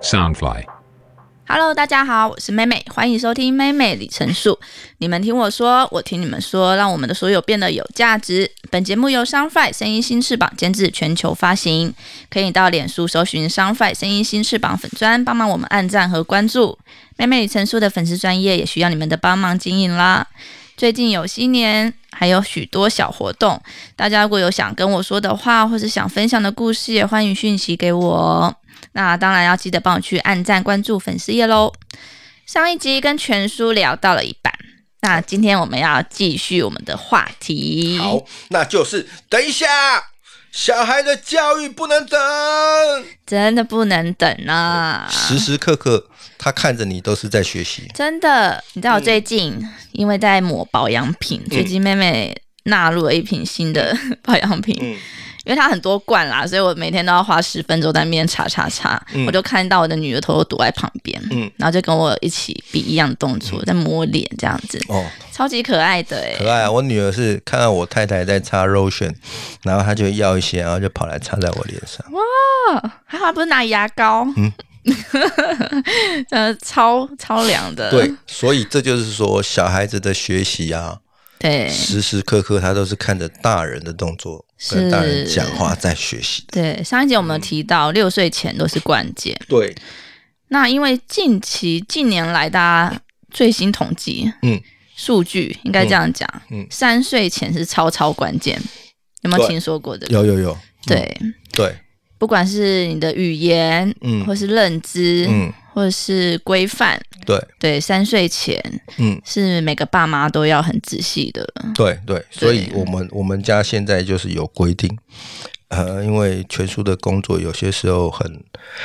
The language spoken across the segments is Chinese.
Soundfly。Hello， 大家好，我是妹妹，欢迎收听妹妹里程数。你们听我说，我听你们说，让我们的所有变得有价值。本节目由 Soundfly 声音新翅膀监制，全球发行。可以到脸书搜寻 Soundfly 声音新翅膀粉专，帮忙我们按赞和关注。妹妹里程数的粉丝专页也需要你们的帮忙经营啦。最近有新年，还有许多小活动，大家如果有想跟我说的话，或是想分享的故事，也欢迎讯息给我。那当然要记得帮我去按赞关注粉丝页咯。上一集跟全叔聊到了一半，那今天我们要继续我们的话题。 好，那就是等一下，小孩的教育不能等， 真的不能等啊！ 时时刻刻他看着你都是在学习。 真的，你知道我最近因为在抹保养品，最近妹妹纳入了一瓶新的保养品。因为它很多罐啦，所以我每天都要花10分钟在那边擦。我就看到我的女儿偷偷躲在旁边，然后就跟我一起比一样的动作，在摸脸这样子，超级可爱的可爱啊！我女儿是看到我太太在擦 lotion， 然后她就要一些，然后就跑来擦在我脸上。 哇，还好不是拿牙膏，超凉的。 对，所以这就是说小孩子的学习啊。 对， 时时刻刻他都是看着大人的动作跟大人讲话在学习的。 对，上一集我们有提到6岁前都是关键。 对， 那因为近年来大家最新统计数据应该这样讲，3岁前是超关键。有没有听说过这个？ 有。对， 不管是你的语言或是认知或者是规范，对3岁前是每个爸妈都要很仔细的。 对，所以我们家现在就是有规定，因为全叔的工作有些时候很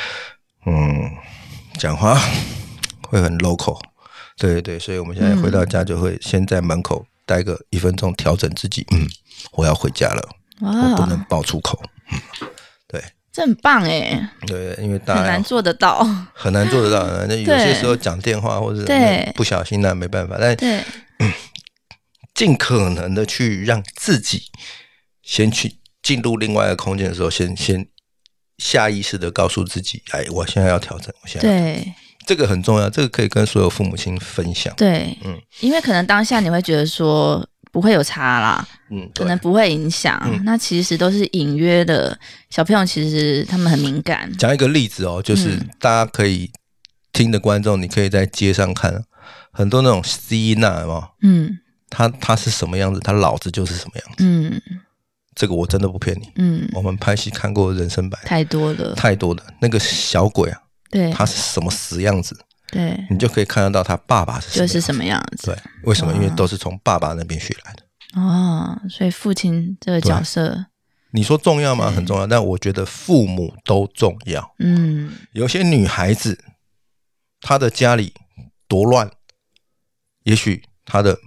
讲话会很 local， 对，所以我们现在回到家就会先在门口待个1分钟调整自己，我要回家了，我不能爆粗口，对。 这很棒耶。 对，因为大家很难做得到， 很难做得到。那有些时候讲电话或者不小心那没办法，但尽可能的去让自己先去进入另外一个空间的时候，先下意识的告诉自己，哎，我现在要调整， 对，这个很重要，这个可以跟所有父母亲分享。 对，因为可能当下你会觉得说不会有差啦，可能不会影响，那其实都是隐约的。小朋友其实他们很敏感。 讲一个例子就是大家可以听的观众，你可以在街上看很多那种 C 娜有没有？他是什么样子，他老子就是什么样子。这个我真的不骗你。我们拍戏看过人生版，太多了。那个小鬼啊，对，他是什么死样子？对，你就可以看得到他爸爸是什么样子。对，为什么？因为都是从爸爸那边学来的。 所以父亲这个角色， 你说重要吗？很重要，但我觉得父母都重要。有些女孩子，她的家里多乱，也许她的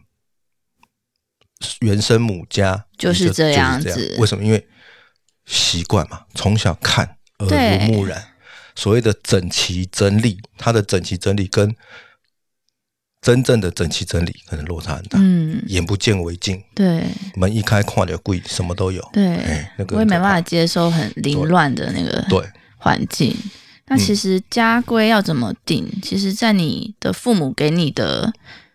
原生母家就是这样子。 为什么？因为习惯嘛，从小看耳濡目染。所谓的整齐整理，它的整齐整理跟真正的整齐整理可能落差很大。眼不见为净。对，门一开看到鬼，什么都有。对， 我也没办法接受很凌乱的那个环境。那其实家规要怎么定？其实在你的父母给你的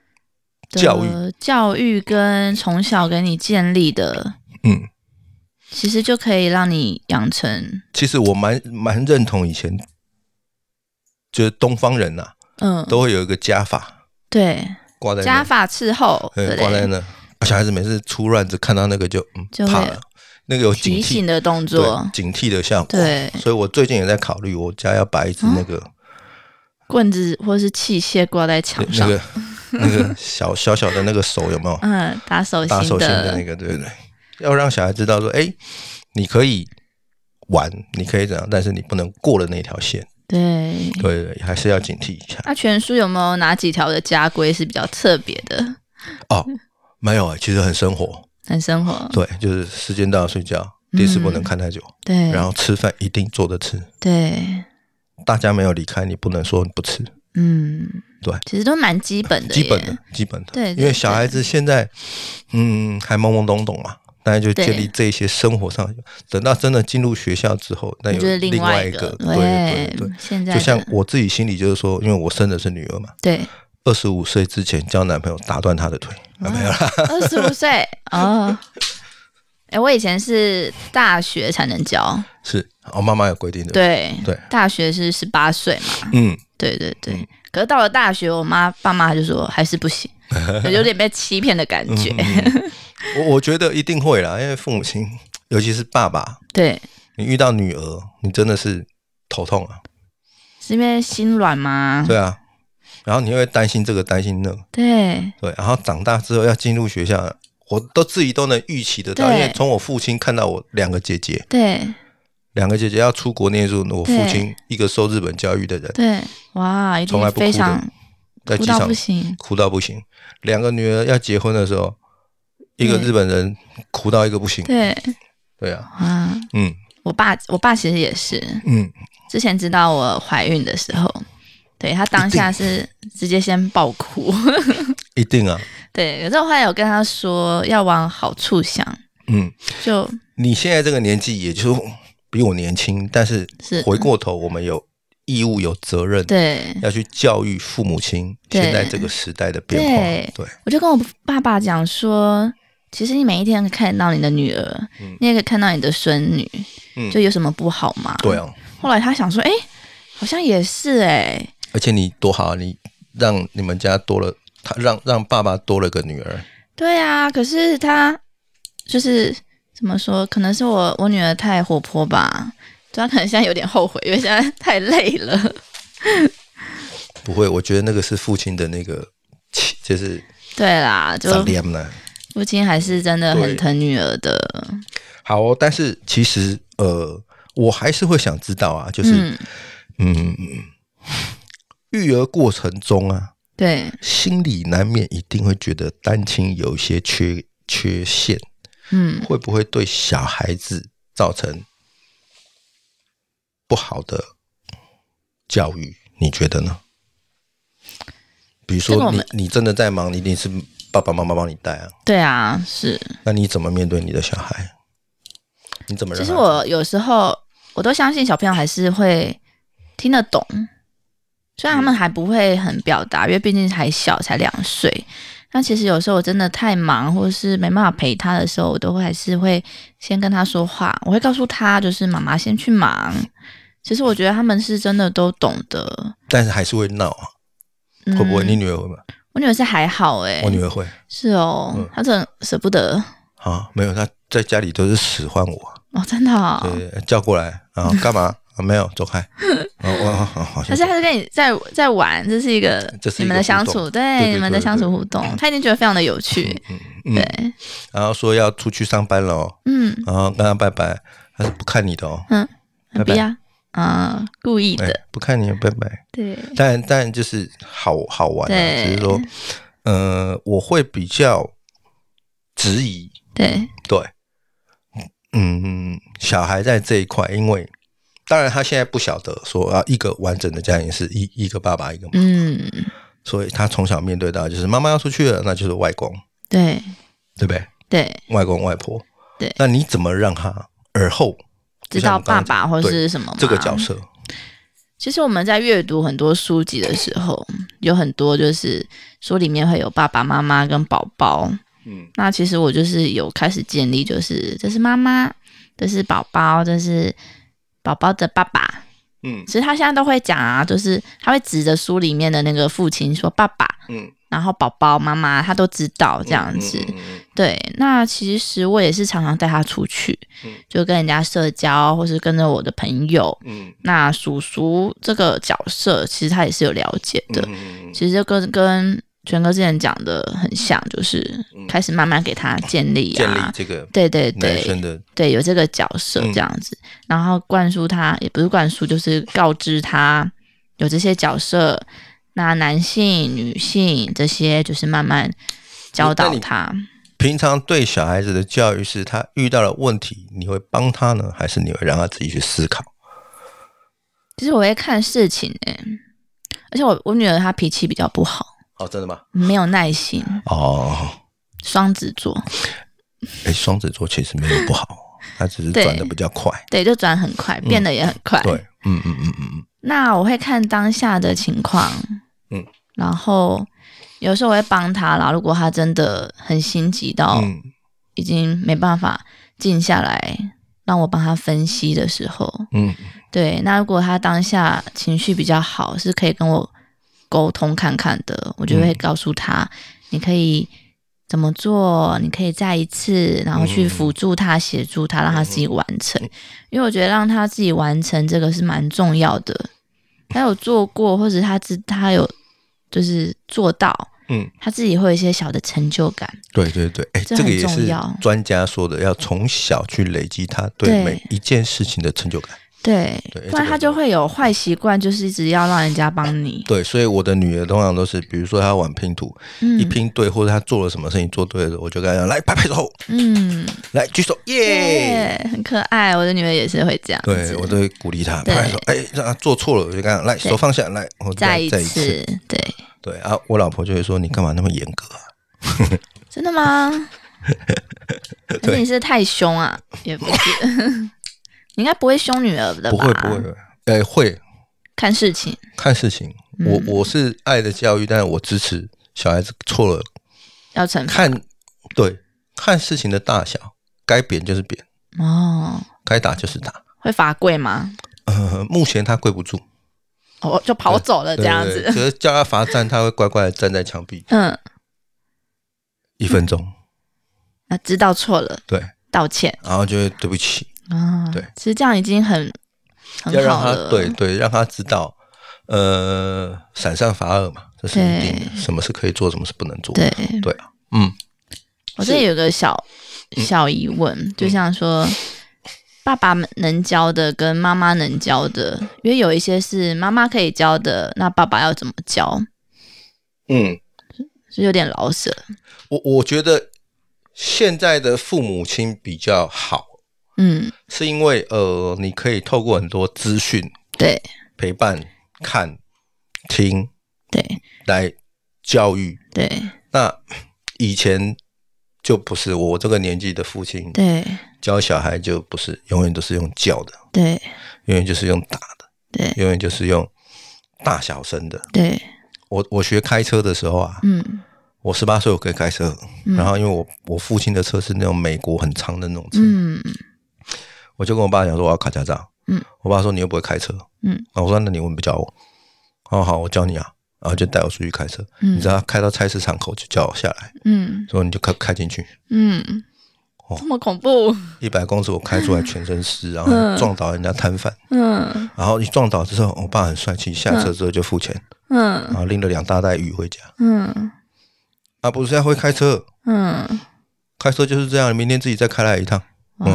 教育跟从小给你建立的，其实就可以让你养成。 其实我蛮认同以前。就是东方人都会有一个家法， 对，挂在家法伺候， 挂在那。小孩子每次出乱子看到那个就怕了，那个有警惕提醒的动作， 警惕的效果。对，所以我最近也在考虑，我家要摆一只那个棍子或是器械挂在墙上， 那个小的那个手有没有？ 打手心的那个，对不对？要让小孩知道说，你可以玩，你可以怎样，但是你不能过了那条线。对，还是要警惕一下。 那全书有没有哪几条的家规是比较特别的？ 没有其实很生活。对，就是时间到了睡觉，电视不能看太久。对，然后吃饭一定坐着吃。对，大家没有离开，你不能说你不吃。对， 其实都蛮基本的。 基本的。对，因为小孩子现在还懵懵懂懂嘛， 大家就建立这一些生活上，等到真的进入学校之后，那有另外一个，对， 现在就像我自己心里就是说，因为我生的是女儿嘛， 对 ，25岁之前交男朋友打断她的腿，没有啦 ，25岁哦。我以前是大学才能交， 是我妈妈有规定的， 对，大学是18岁嘛，对，可是到了大学，我爸妈就说还是不行，有点被欺骗的感觉。 我觉得一定会啦，因为父母亲，尤其是爸爸， 对， 你遇到女儿，你真的是头痛啊， 是因为心软吗？ 对啊，然后你会担心这个担心那个， 对， 然后长大之后要进入学校。我自己都能预期得到，因为从我父亲看到我2个姐姐， 对 ，2个姐姐要出国念书，我父亲一个受日本教育的人， 对，哇，一定从来不哭的，在机场哭到不行。2个女儿要结婚的时候，一个日本人哭到一个不行，对啊， 我爸其实也是，之前知道我怀孕的时候，对他当下是直接先爆哭， 一定啊。 对，可是我后来有跟他说要往好处想，就你现在这个年纪，也就比我年轻，但是回过头，我们有义务、有责任， 对， 要去教育父母亲现在这个时代的变化。对， 我就跟我爸爸讲说，其实你每一天看到你的女儿，你也可以看到你的孙女，就有什么不好吗？ 对啊。 后来他想说，好像也是而且你多好，你让你们家多了。他让爸爸多了个女儿， 对啊，可是他就是怎么说？可能是我女儿太活泼吧，他可能现在有点后悔，因为现在太累了。 不会，我觉得那个是父亲的那个，就是对啦，就父亲还是真的很疼女儿的。 好，但是其实我还是会想知道啊，就是育儿过程中啊。 对， 心里难免一定会觉得单亲有一些缺陷，会不会对小孩子造成不好的教育？你觉得呢？比如说你真的在忙，你一定是爸爸妈妈帮你带啊。 对啊，是。 那你怎么面对你的小孩？你怎么？ 其实我有时候我都相信小朋友还是会听得懂。虽然他们还不会很表达，因为毕竟还小，才2岁。那其实有时候我真的太忙，或是没办法陪他的时候，我都还是会先跟他说话。我会告诉他，就是妈妈先去忙。其实我觉得他们是真的都懂得， 但是还是会闹啊。会不会？你女儿会吗？ 我女儿是还好我女儿会。 是哦，她真的舍不得啊。没有，她在家里都是使唤我。 哦，真的对，叫过来，然后干嘛？没有，走开。 可是他是跟你在玩，这是一个你们的相处，对你们的相处互动，他一定觉得非常的有趣。对。 然后说要出去上班了，然后跟他拜拜，他是不看你的不要故意的， 不看你拜拜。 对。 但就是好玩啊，只是说，我会比较质疑。 对。 小孩在这一块，因为当然他现在不晓得说一个完整的家庭是一个爸爸一个妈妈，所以他从小面对到就是妈妈要出去了，那就是外公， 对不对？ 对， 外公外婆， 对。 那你怎么让他而后知道爸爸或是什么这个角色？ 其实我们在阅读很多书籍的时候，有很多就是书里面会有爸爸妈妈跟宝宝。那其实我就是有开始建立，就是这是妈妈，这是宝宝，这是宝宝的爸爸。其实他现在都会讲啊，就是他会指着书里面的那个父亲说爸爸，然后宝宝妈妈他都知道这样子。对，那其实我也是常常带他出去，就跟人家社交，或是跟着我的朋友。那叔叔这个角色，其实他也是有了解的。其实就跟全哥之前讲的很像，就是开始慢慢给他建立这个对男生的对有这个角色这样子，然后灌输他，也不是灌输，就是告知他有这些角色，那男性、女性这些就是慢慢教导他。 平常对小孩子的教育是他遇到了问题，你会帮他呢，还是你会让他自己去思考？ 其实我会看事情而且我女儿她脾气比较不好。 真的吗？ 没有耐心。双子座。 双子座其实没有不好，他只是转的比较快。 对，就转很快，变得也很快。 对， 那我会看当下的情况，然后有时候我会帮他啦。如果他真的很心急到已经没办法静下来，让我帮他分析的时候，对，那如果他当下情绪比较好，是可以跟我沟通看看的，我就会告诉他，你可以怎么做，你可以再一次，然后去辅助他、协助他，让他自己完成。因为我觉得让他自己完成这个是蛮重要的。他有做过，或者他有就是做到，他自己会有一些小的成就感。 对对对，这个也是专家说的，要从小去累积他对每一件事情的成就感。 对，不然他就会有坏习惯，就是一直要让人家帮你。 对，所以我的女儿通常都是，比如说她玩拼图，一拼对，或者她做了什么事情做对的时候，我就跟她讲，来拍拍手，来举手，耶， 很可爱。我的女儿也是会这样子， 对我都会鼓励她拍拍手，让她做错了，我就跟她讲，来手放下来， 再一次， 对啊，我老婆就会说，你干嘛那么严格啊？ 真的吗？可是你是太凶啊？也不是。你应该不会凶女儿的吧？ 不会，会看事情。 我是爱的教育，但是我支持小孩子错了要惩罚。 看事情的大小，该扁就是扁该打就是打。 会罚跪吗？ 目前他跪不住， 就跑走了这样子。 可是叫他罚站，他会乖乖的站在墙壁，1分钟。 那知道错了， 对， 道歉， 然后就会对不起。对， 其实这样已经很好了。 要让他对，让他知道，闪善罚恶嘛，这是一定的。什么是可以做，什么是不能做。对啊， 我这里有个小疑问，就像说，爸爸能教的跟妈妈能教的，因为有一些是妈妈可以教的，那爸爸要怎么教？是有点老舍。 我觉得现在的父母亲比较好。是因为你可以透过很多资讯， 对， 陪伴、看、听， 对， 来教育， 对。 那以前就不是我这个年纪的父亲， 对， 教小孩就不是永远都是用教的， 对， 永远就是用打的， 对， 永远就是用大小声的， 对。 我学开车的时候啊，我18岁我可以开车，然后因为我父亲的车是那种美国很长的那种车，我就跟我爸讲说我要考驾照，我爸说你又不会开车，我说那你为什么不教我？好，我教你啊，然后就带我出去开车，你知道开到菜市场口就叫我下来，说你就开进去， 这么恐怖 ，100公尺我开出来全身湿，然后撞倒人家摊贩，然后一撞倒之后，我爸很帅气，下车之后就付钱，然后拎了2大袋鱼回家，不是现在会开车，开车就是这样，明天自己再开来一趟，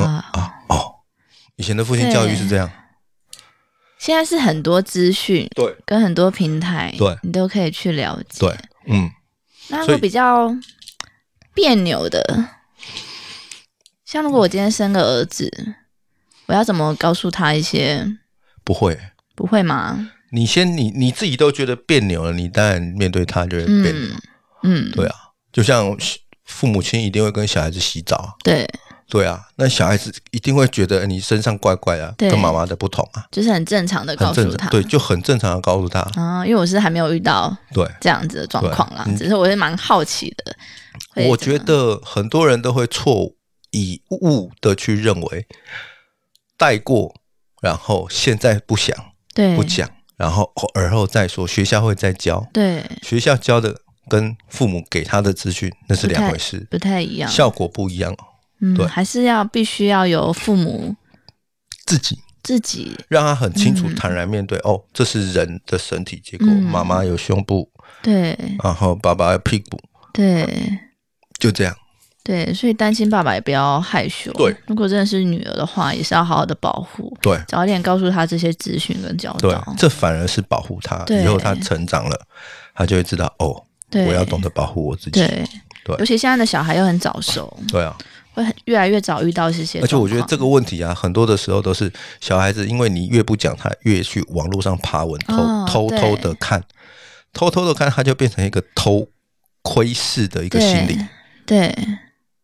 以前的父亲教育是这样， 现在是很多资讯， 对， 跟很多平台， 对， 你都可以去了解， 对， 那会比较别扭的，像如果我今天生个儿子，我要怎么告诉他一些？ 不会吗？ 你自己都觉得别扭了，你当然面对他就会别扭，对啊，就像父母亲一定会跟小孩子洗澡，对啊，那小孩子一定会觉得你身上怪怪啊，跟妈妈的不同啊， 就是很正常的告诉他， 对，就很正常的告诉他因为我是还没有遇到这样子的状况啦，只是我是蛮好奇的。 我觉得很多人都会错误的去认为带过，然后现在不想不讲，然后而后再说，学校会再教，对，学校教的跟父母给他的资讯那是2回事， 不太一样， 效果不一样。对， 还是必须要有父母自己让他很清楚坦然面对，这是人的身体结构，妈妈有胸部，对，然后爸爸有屁股，对，就这样。 对，所以担心爸爸也不要害羞。对，如果真的是女儿的话，也是要好好的保护。对，早一点告诉她这些资讯跟教导。 对，这反而是保护她，以后她成长了，她就会知道我要懂得保护我自己。对， 尤其现在的小孩又很早熟。对啊。会越来越早遇到这些， 而且我觉得这个问题啊，很多的时候都是小孩子，因为你越不讲，他越去网络上爬文，偷偷的看，他就变成一个偷窥式的一个心理。对，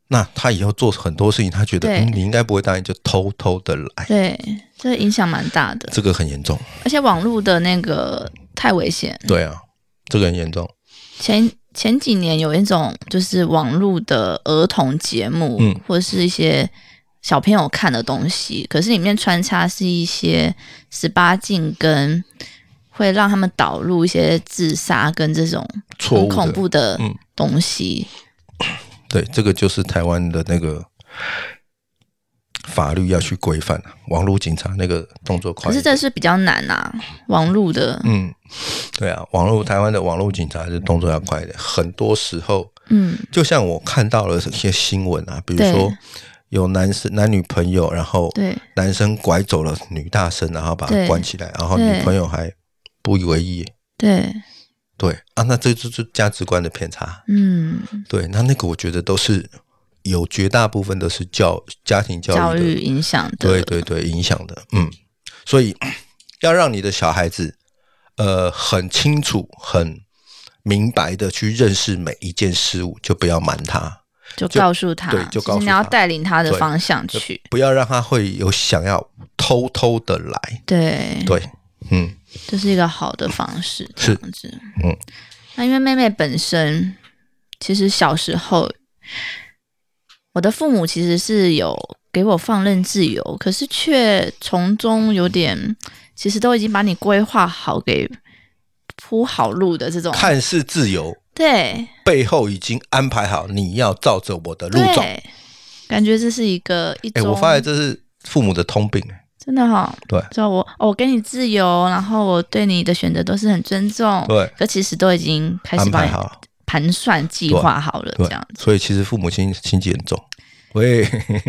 那他以后做很多事情，他觉得你应该不会答应，就偷偷的来。 对，这影响蛮大的， 这个很严重。 而且网络的那个太危险。 对啊，这个很严重。 前几年有一种就是网络的儿童节目，或者是一些小朋友看的东西，可是里面穿插是一些18禁跟会让他们导入一些自杀跟这种很恐怖的东西。 对，这个就是台湾的那个法律要去规范网络警察那个动作快。 可是这是比较难啊，网络的。 对啊，台湾的网络警察是动作要快一点，很多时候，就像我看到了一些新闻啊，比如说有男女朋友，然后男生拐走了女大生，然后把他关起来，然后女朋友还不以为意。对啊，那这就是价值观的偏差。对，那个我觉得都是有绝大部分都是家庭教育影响的。 对，影响的。所以要让你的小孩子很清楚、很明白的去认识每一件事物，就不要瞒他， 就告诉他， 对，就告诉他， 你要带领他的方向去， 不要让他会有想要偷偷的来。对， 这是一个好的方式，这样子。那因为妹妹本身其实小时候，我的父母其实是有给我放任自由，可是却从中有点，其实都已经把你规划好，给铺好路的这种， 看似自由， 对， 背后已经安排好，你要照着我的路走。 感觉这是一种， 我发现这是父母的通病。 真的对， 就我给你自由，然后我对你的选择都是很尊重， 对， 可其实都已经开始把你盘算计划好了，这样子。 所以其实父母心机很重。喂，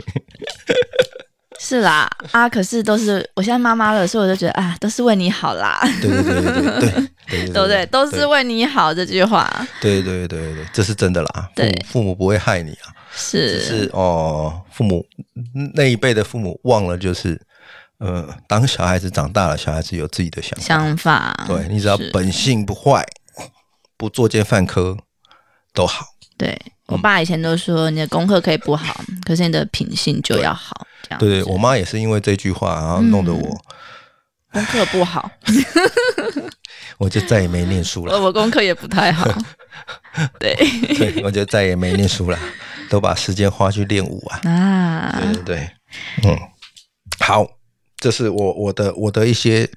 是啦啊，可是都是我现在妈妈了，所以我就觉得都是为你好啦。 对，对不对？ 都是为你好这句话。 对，这是真的啦。父母不会害你啊，只是父母那一辈的父母忘了，就是当小孩子长大了，小孩子有自己的想法。对，你只要本性不坏，不作奸犯科都好。 对，我爸以前都说你的功课可以不好，可是你的品性就要好。这样对，我妈也是因为这句话，然后弄得我功课不好， 我就再也没念书了。 我功课也不太好。对， 我就再也没念书了，都把时间花去练舞啊。对，好，这是我的一些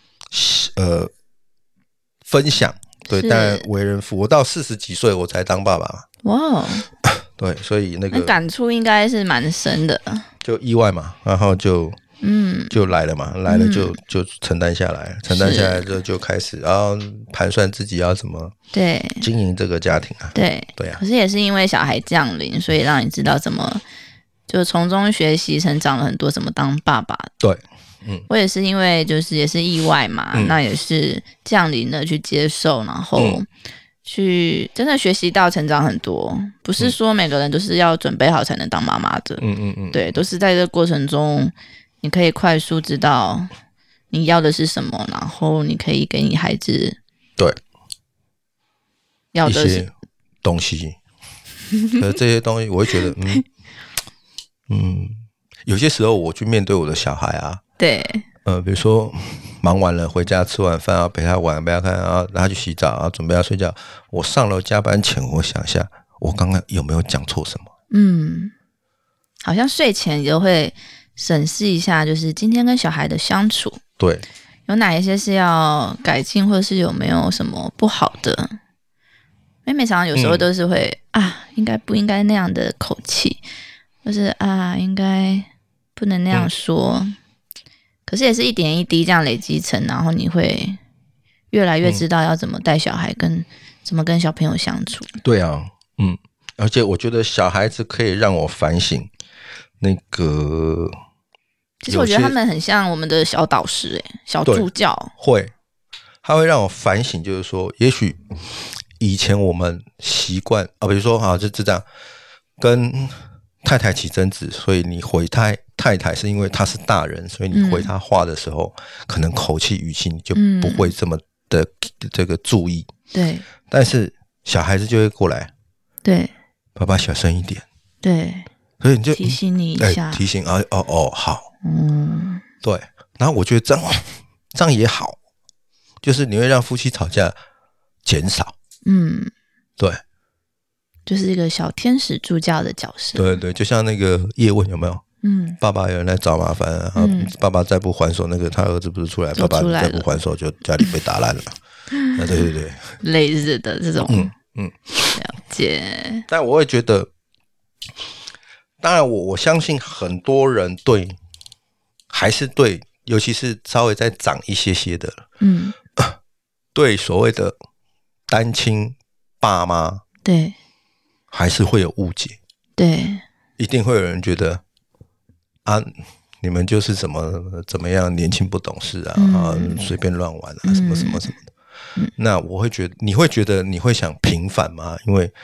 分享。对，但为人父，我到40几岁我才当爸爸嘛。哇，对，所以那个感触应该是蛮深的。 就意外嘛，然后就来了嘛，来了就承担下来，承担下来之后就开始，然后盘算自己要怎么经营这个家庭啊。对啊。 可是也是因为小孩降临，所以让你知道怎么就从中学习成长了很多怎么当爸爸。 对。 我也是因为就是也是意外嘛，那也是降临了去接受，然后去真的学习到成长很多，不是说每个人都是要准备好才能当妈妈的。对，都是在这个过程中，你可以快速知道你要的是什么，然后你可以给你孩子要的一些东西。这些东西我会觉得有些时候我去面对我的小孩啊， 对， 比如说忙完了回家吃完饭，然后陪他玩，陪他看，然后让他去洗澡，然后准备要睡觉。我上楼加班前，我想一下，我刚刚有没有讲错什么？ 好像睡前也会审视一下，就是今天跟小孩的相处， 对， 有哪一些是要改进，或者是有没有什么不好的。妹妹常常有时候都是会应该不应该那样的口气，就是应该不能那样说。可是也是一点一滴这样累积成，然后你会越来越知道要怎么带小孩，跟怎么跟小朋友相处。 对啊，而且我觉得小孩子可以让我反省那个。 其实我觉得他们很像我们的小导师，小助教。 他会让我反省，就是说，也许以前我们习惯比如说就这样跟太太起争执，所以你回太太是因为她是大人，所以你回她话的时候，可能口气语气你就不会这么的这个注意。 对， 但是小孩子就会过来， 对， 爸爸小声一点， 对， 所以你就提醒你一下， 提醒啊，好，对，然后我觉得这样也好，就是你会让夫妻吵架减少，对， 就是一个小天使助教的角色， 对对，就像那个叶问有没有？爸爸有人来找麻烦，爸爸再不还手，那个他儿子不是出来，爸爸再不还手，就家里被打烂了。对对对， 类似的这种，了解。 但我会觉得，当然我相信很多人还是对，尤其是稍微再长一些的，对所谓的单亲爸妈， 对， 还是会有误解， 对， 一定会有人觉得啊，你们就是怎么样年轻不懂事啊，随便乱玩啊，什么什么什么的。那我会觉得，你会觉得你会想平反吗？因为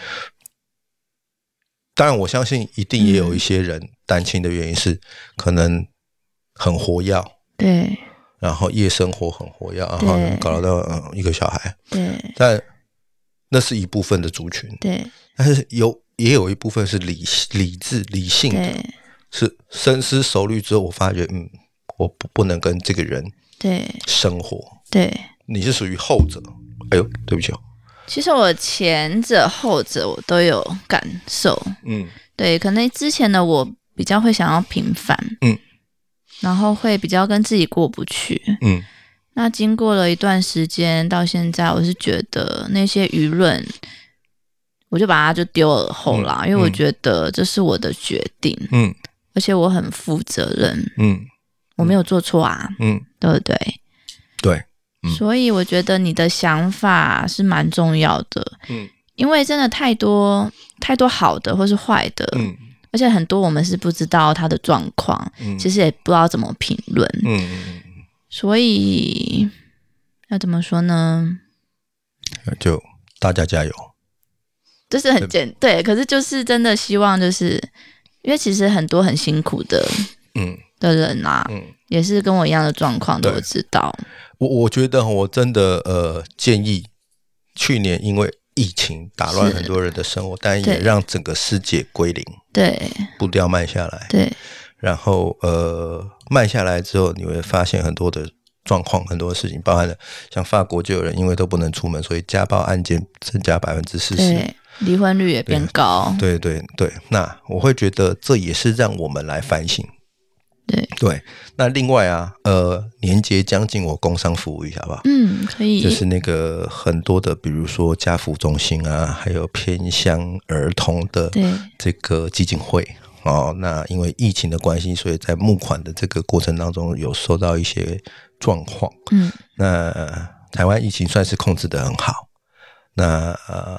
当然我相信一定也有一些人单亲的原因是可能很活跃，对，然后夜生活很活跃，然后搞到一个小孩，对，但那是一部分的族群，对，但是也有一部分是理智理性的，是深思熟虑之后，我发觉我不能跟这个人对生活，对，你是属于后者，哎呦，对不起哦。 其实我前者后者我都有感受，对，可能之前的我比较会想要平反，然后会比较跟自己过不去，那经过了一段时间到现在，我是觉得那些舆论，我就把它就丢耳后啦，因为我觉得这是我的决定，而且我很负责任，我没有做错啊，对不对？ 对。 所以我觉得你的想法是蛮重要的，因为真的太多好的或是坏的，而且很多我们是不知道他的状况，其实也不知道怎么评论，所以要怎么说呢？ 就大家加油， 就是很对，可是就是真的希望，就是因为其实很多很辛苦的人啊，也是跟我一样的状况的，我知道。 我觉得我真的建议，去年因为疫情打乱很多人的生活，但也让整个世界归零，对，步调慢下来，对，然后慢下来之后，你会发现很多的状况，很多事情，包含了像法国就有人因为都不能出门，所以家暴案件增加40%，对， 离婚率也变高， 对对对，那我会觉得这也是让我们来反省。对，那另外啊，年节将近，我工商服务一下吧。可以。就是那个很多的，比如说家扶中心啊，还有偏乡儿童的这个基金会哦。那因为疫情的关系，所以在募款的这个过程当中，有受到一些状况。那台湾疫情算是控制得很好。那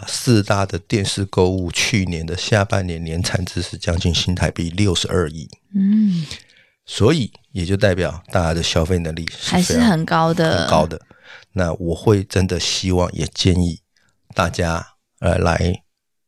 4大的电视购物，去年的下半年年产值是将近新台币62亿。所以也就代表大家的消费能力还是很高的， 很高的。那我会真的希望，也建议大家来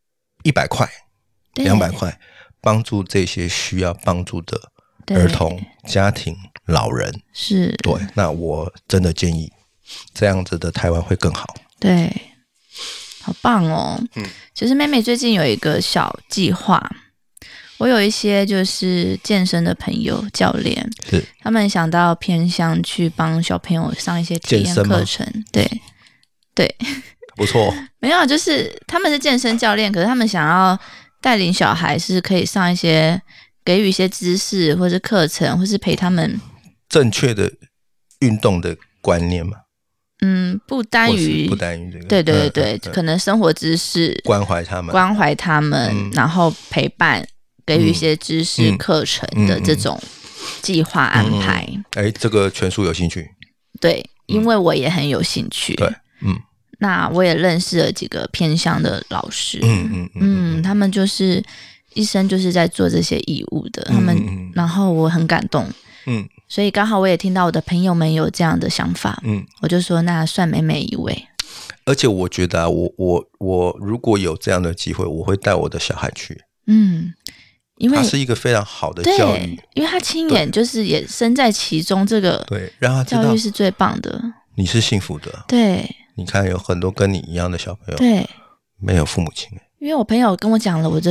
100块、200块，帮助这些需要帮助的儿童、家庭、老人。是，对。那我真的建议这样子的台湾会更好。 对，好棒哦。其实妹妹最近有一个小计划。我有一些就是健身的朋友教练，他们想到偏乡去帮小朋友上一些体验课程，对， 不错。 没有，就是他们是健身教练，可是他们想要带领小孩，是可以上一些给予一些知识，或是课程，或是陪他们正确的运动的观念嘛。 不单于这个，对，可能生活知识， 关怀他们，然后陪伴。给予一些知识课程的这种计划安排。 这个全数有兴趣？ 对，因为我也很有兴趣。对，那我也认识了几个偏乡的老师。他们就是一生就是在做这些义务的。他们，然后我很感动。所以刚好我也听到我的朋友们有这样的想法。我就说那算妹妹一位。 而且我觉得我如果有这样的机会，我会带我的小孩去。因为它是一个非常好的教育， 因为他亲眼就是也身在其中，这个对，让他知道教育是最棒的， 你是幸福的。 对， 你看有很多跟你一样的小朋友， 对， 没有父母亲。 因为我朋友跟我讲了我的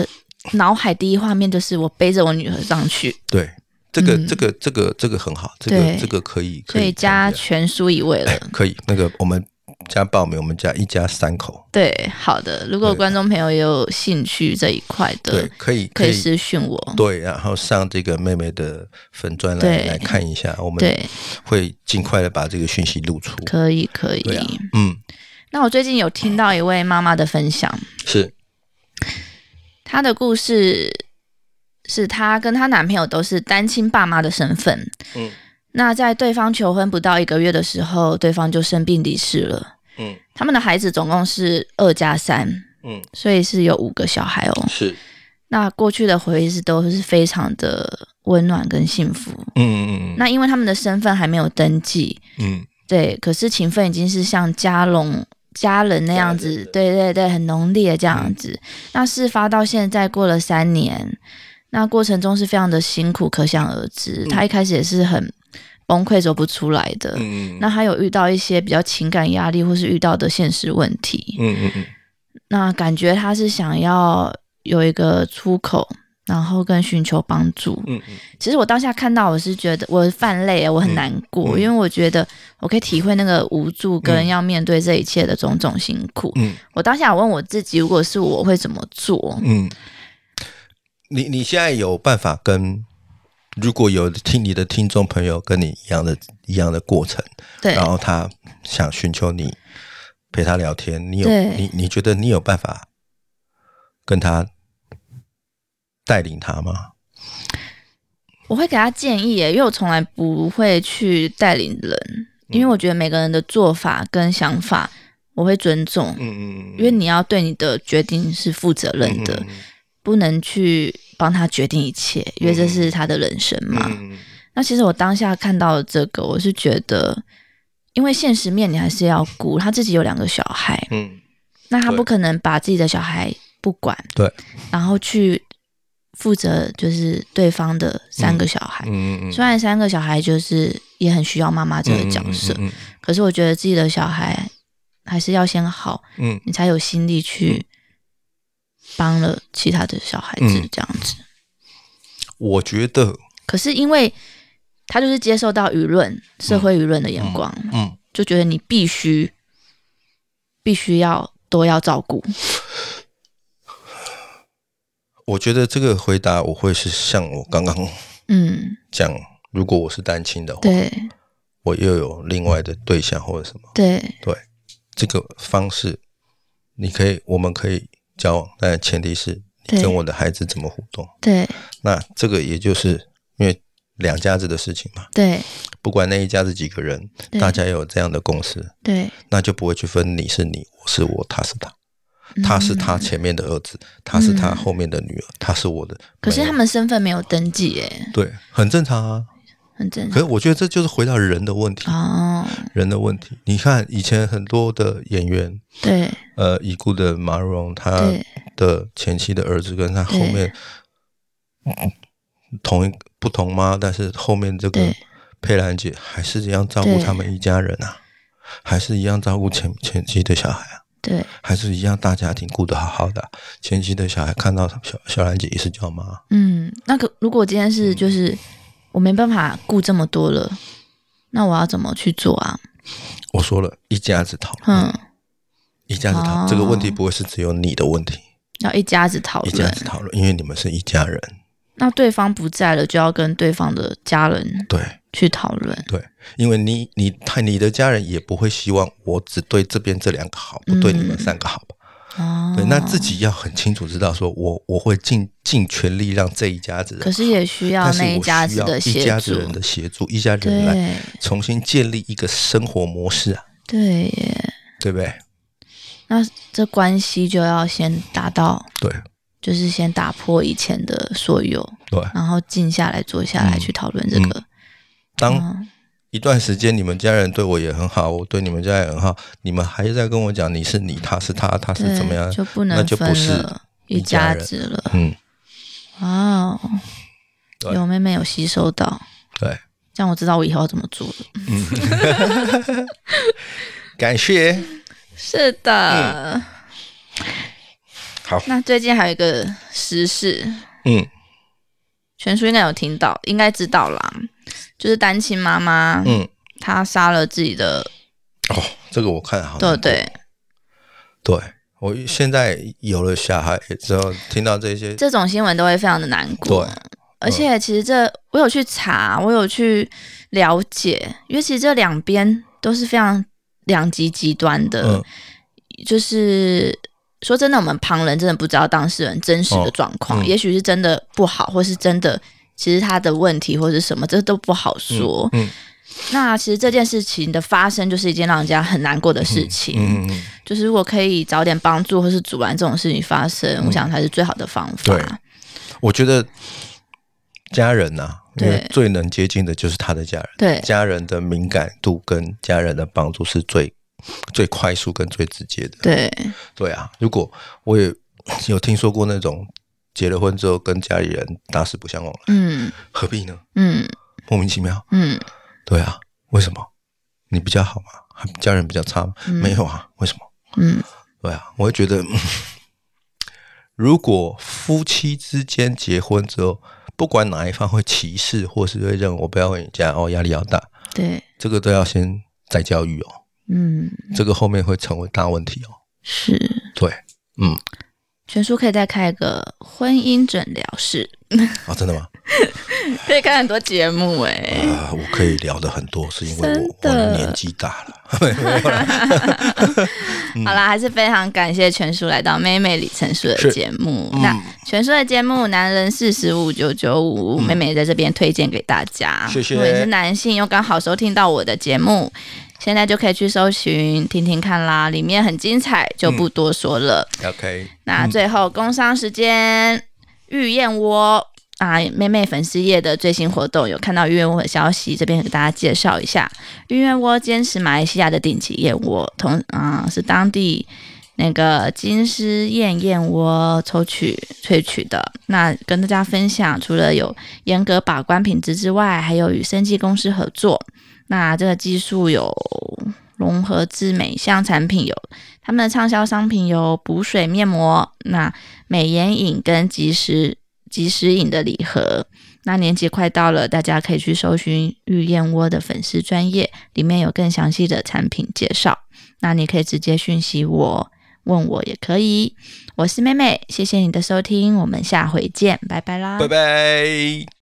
脑海第一画面就是我背着我女儿上去。 对，这个很好，这个可以， 所以加全书一位了。 可以，那个我们加报名，我们家一家3口。 对，好的。如果观众朋友也有兴趣这一块的， 对，可以私讯我。 对，然后上这个妹妹的粉专来看一下，我们会尽快的把这个讯息露出。 可以。 对啊， 那我最近有听到一位妈妈的分享， 是她的故事是她跟她男朋友都是单亲爸妈的身份。那在对方求婚不到1个月的时候，对方就生病离世了。他们的孩子总共是2+3，所以是有5个小孩哦。 是。 那过去的回忆都是非常的温暖跟幸福。那因为他们的身份还没有登记，对，可是情分已经是像家人那样子，对，很浓烈这样子。那事发到现在过了3年，那过程中是非常的辛苦，可想而知。他一开始也是很崩溃走不出来的。那他有遇到一些比较情感压力，或是遇到的现实问题。那感觉他是想要有一个出口，然后跟寻求帮助。其实我当下看到，我是觉得我泛泪，我很难过，因为我觉得我可以体会那个无助跟要面对这一切的种种辛苦。我当下我问我自己，如果是我会怎么做？ 你现在有办法跟，如果有你的听众朋友跟你一样的过程， 对， 然后他想寻求你陪他聊天，你觉得你有办法跟他带领他吗？ 我会给他建议耶，因为我从来不会去带领人，因为我觉得每个人的做法跟想法我会尊重。因为你要对你的决定是负责任的，不能去帮他决定一切，因为这是他的人生嘛。那其实我当下看到的这个，我是觉得，因为现实面你还是要顾，他自己有2个小孩，那他不可能把自己的小孩不管， 对， 然后去负责就是对方的3个小孩。虽然3个小孩就是也很需要妈妈这个角色，可是我觉得自己的小孩还是要先好，你才有心力去帮了其他的小孩子这样子。 我觉得， 可是因为他就是接受到社会舆论的眼光，就觉得你必须都要照顾。 我觉得这个回答我会是像我刚刚讲，如果我是单亲的话， 对， 我又有另外的对象或者什么， 对， 这个方式我们可以交往，但前提是你跟我的孩子怎么互动。对，那这个也就是因为2家子的事情嘛，对，不管那一家子几个人，大家有这样的共识，对，那就不会去分你是你，我是我，他是他。他是他前面的儿子，他是他后面的女儿，他是我的。 可是他们身份没有登记耶。 对，很正常啊，很正常。可是我觉得这就是回到人的问题人的问题。你看以前很多的演员，对，已故的马蓉，他的前妻的儿子跟他后面不同吗？但是后面这个佩兰姐还是一样照顾他们一家人啊，还是一样照顾前妻的小孩啊。对，还是一样大家庭顾得好好的，前妻的小孩看到小兰姐也是叫妈。 那个如果今天是就是我没办法顾这么多了，那我要怎么去做啊？ 我说了，一家子讨论，一家子讨论，这个问题不会是只有你的问题， 要一家子讨论， 一家子讨论，因为你们是一家人。 那对方不在了，就要跟对方的家人去讨论。 对，因为你的家人也不会希望我只对这边这2个好，不对你们3个好吧？对，那自己要很清楚知道说我会尽全力让这一家子人好， 可是也需要那一家子的协助， 一家子人的协助，一家人来重新建立一个生活模式啊。 对耶， 对不对？ 那这关系就要先达到， 对， 就是先打破以前的所有，对，然后静下来坐下来去讨论这个。 当一段时间你们家人对我也很好，我对你们家也很好，你们还在跟我讲你是你，他是他，他是怎么样， 就不能那就不是一家子了。哇，有妹妹有吸收到，对，这样我知道我以后要怎么做了。 感谢， 是的。 好， 那最近还有一个时事，全书应该有听到，应该知道啦，就是单亲妈妈，她杀了自己的。 这个我看好。 对， 我现在有了小孩之后，听到这种新闻都会非常的难过。对，而且其实我有去查，我有去了解，因为其实这两边都是非常两极极端的，就是说真的，我们旁人真的不知道当事人真实的状况，也许是真的不好，或是真的其实他的问题或是什么，这都不好说。那其实这件事情的发生就是一件让人家很难过的事情，就是如果可以早点帮助或是阻拦这种事情发生，我想才是最好的方法。 对，我觉得家人因为最能接近的就是他的家人，对，家人的敏感度跟家人的帮助是最快速跟最直接的。对啊，如果我也有听说过那种结了婚之后跟家里人打死不相往来，何必呢？莫名其妙。对啊，为什么？你比较好吗？家人比较差吗？没有啊，为什么？对啊，我会觉得，如果夫妻之间结婚之后，不管哪一方会歧视，或是会认为我不要回你家压力要大， 对， 这个都要先再教育这个后面会成为大问题是， 对， 全书可以再开一个婚姻诊疗室真的吗？ 可以看很多节目我可以聊的很多，是因为我年纪大了。 好啦，还是非常感谢全书来到妹妹李成书的节目。那全书的节目男人459995，妹妹在这边推荐给大家。 谢谢。 如果你是男性又刚好收听到我的节目，现在就可以去搜寻听听看啦，里面很精彩，就不多说了。 OK。 那最后工商时间，玉燕窝妹妹粉丝页的最新活动有看到玉燕窝的消息，这边给大家介绍一下。玉燕窝坚持马来西亚的顶级燕窝，是当地那个金狮燕窝萃取的。那跟大家分享，除了有严格把关品质之外，还有与生技公司合作。那这个技术有融合至每项产品，有他们的畅销商品有补水面膜、那美颜饮跟即时饮的礼盒。那年节快到了，大家可以去搜寻玉燕窝的粉丝专页，里面有更详细的产品介绍。那你可以直接讯息我，问我也可以。我是妹妹，谢谢你的收听，我们下回见，拜拜啦， 拜拜。